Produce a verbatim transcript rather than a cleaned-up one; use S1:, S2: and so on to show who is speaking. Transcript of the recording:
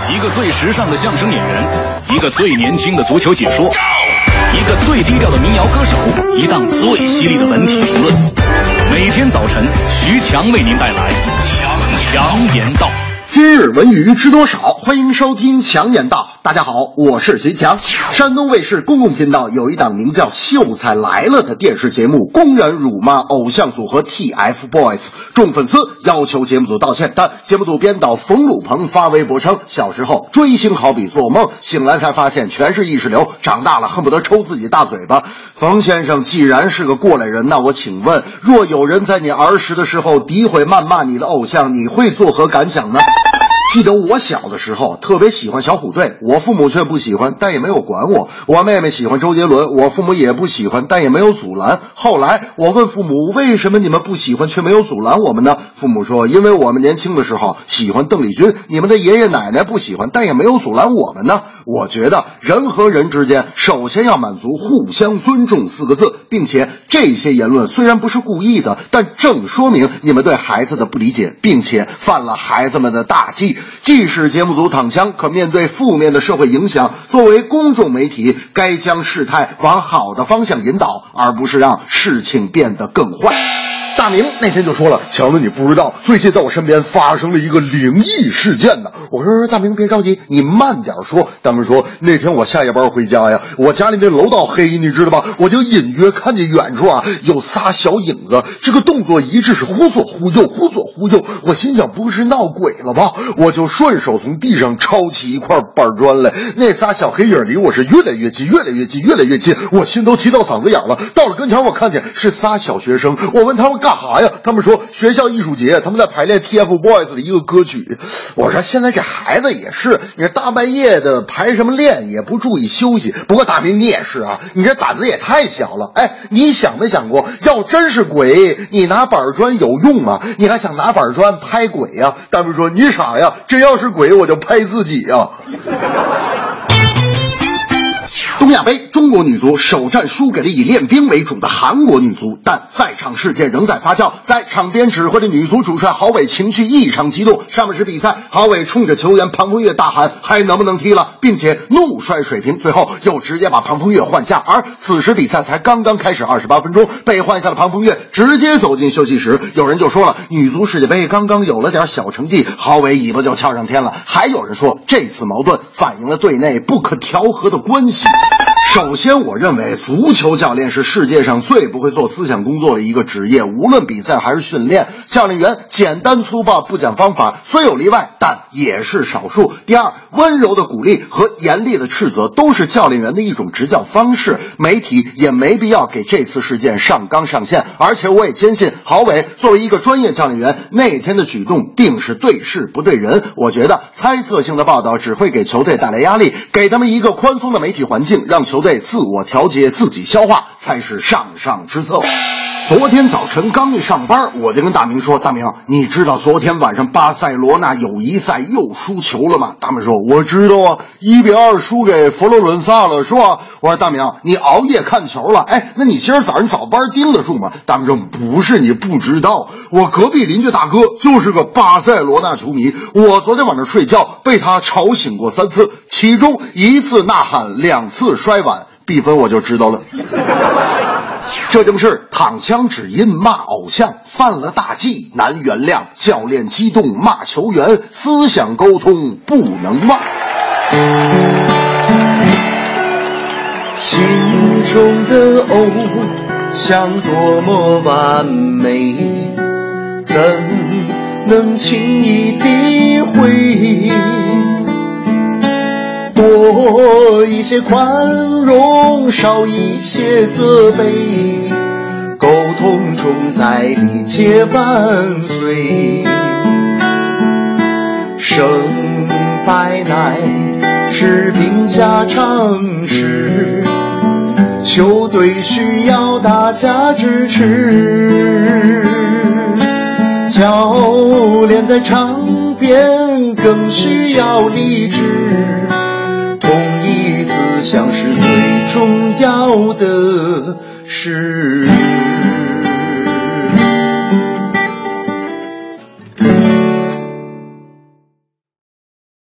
S1: 一个最时尚的相声演员，一个最年轻的足球解说，一个最低调的民谣歌手，一档最犀利的文体评论。每天早晨，徐强为您带来强强言道。
S2: 今日文娱知多少？欢迎收听强言道。大家好，我是徐强。山东卫视公共频道有一档名叫《秀才来了》的电视节目，公然辱骂偶像组合 T F Boys， 众粉丝要求节目组道歉，但节目组编导冯鲁鹏发微博称，小时候追星好比做梦，醒来才发现全是意识流，长大了恨不得抽自己大嘴巴。冯先生既然是个过来人，那我请问，若有人在你儿时的时候诋毁谩骂你的偶像，你会作何感想呢？记得我小的时候特别喜欢小虎队，我父母却不喜欢，但也没有管我。我妹妹喜欢周杰伦，我父母也不喜欢，但也没有阻拦。后来我问父母，为什么你们不喜欢却没有阻拦我们呢？父母说，因为我们年轻的时候喜欢邓丽君，你们的爷爷奶奶不喜欢，但也没有阻拦我们呢。我觉得人和人之间首先要满足互相尊重四个字，并且这些言论虽然不是故意的，但正说明你们对孩子的不理解，并且犯了孩子们的大忌。即使节目组躺枪，可面对负面的社会影响，作为公众媒体，该将事态往好的方向引导，而不是让事情变得更坏。大明那天就说了，强子你不知道，最近在我身边发生了一个灵异事件呢。我说大明别着急，你慢点说。大明说，那天我下夜班回家呀，我家里那楼道黑，你知道吧？我就隐约看见远处啊有仨小影子，这个动作一致是忽左忽右，忽左忽右。我心想，不是闹鬼了吧？我就顺手从地上抄起一块板砖来，那仨小黑影离我是越来越近，越来越近，越来越近，我心都提到嗓子眼了。到了跟前，我看见是仨小学生，我问他们干啥呀？他们说学校艺术节，他们在排练 T F Boys 的一个歌曲。我说现在这孩子也是，你大半夜的排什么练，也不注意休息。不过大明你也是啊，你这胆子也太小了。哎，你想没想过，要真是鬼，你拿板砖有用吗？你还想拿板砖拍鬼呀？大明说你傻呀，真要是鬼我就拍自己呀。东亚杯，中国女足首战输给了以练兵为主的韩国女足，但赛场事件仍在发酵。在场边指挥的女足主帅郝伟情绪异常激动，上半时比赛，郝伟冲着球员庞鹏岳大喊还能不能踢了，并且怒摔水瓶，最后又直接把庞鹏岳换下。而此时比赛才刚刚开始二十八分钟，被换下的庞鹏岳直接走进休息室。有人就说了，女足世界杯刚刚有了点小成绩，郝伟尾巴就翘上天了。还有人说，这次矛盾反映了队内不可调和的关系。首先我认为足球教练是世界上最不会做思想工作的一个职业，无论比赛还是训练，教练员简单粗暴不讲方法，虽有例外但也是少数。第二，温柔的鼓励和严厉的斥责都是教练员的一种执教方式，媒体也没必要给这次事件上纲上线。而且我也坚信郝伟作为一个专业教练员，那天的举动定是对事不对人。我觉得猜测性的报道只会给球队带来压力，给他们一个宽松的媒体环境，让球队自我调节自己消化才是上上之策。昨天早晨刚一上班，我就跟大明说，大明你知道昨天晚上巴塞罗那友谊赛又输球了吗？大明说我知道啊，一比二输给佛罗伦萨了是吧？我说大明你熬夜看球了，哎，那你今儿早上早班盯得住吗？大明说不是你不知道，我隔壁邻居大哥就是个巴塞罗那球迷，我昨天晚上睡觉被他吵醒过三次，其中一次呐喊，两次摔碗，比分我就知道了。这正是躺枪只因骂偶像，犯了大忌难原谅，教练激动骂球员，思想沟通不能忘。
S3: 心中的偶像多么完美，怎能轻易诋毁？多一些宽容，少一些责备，沟通中在理解伴随。胜败乃是兵家常事，球队需要大家支持，教练在场边更需要理智，统一思想是最重要的事。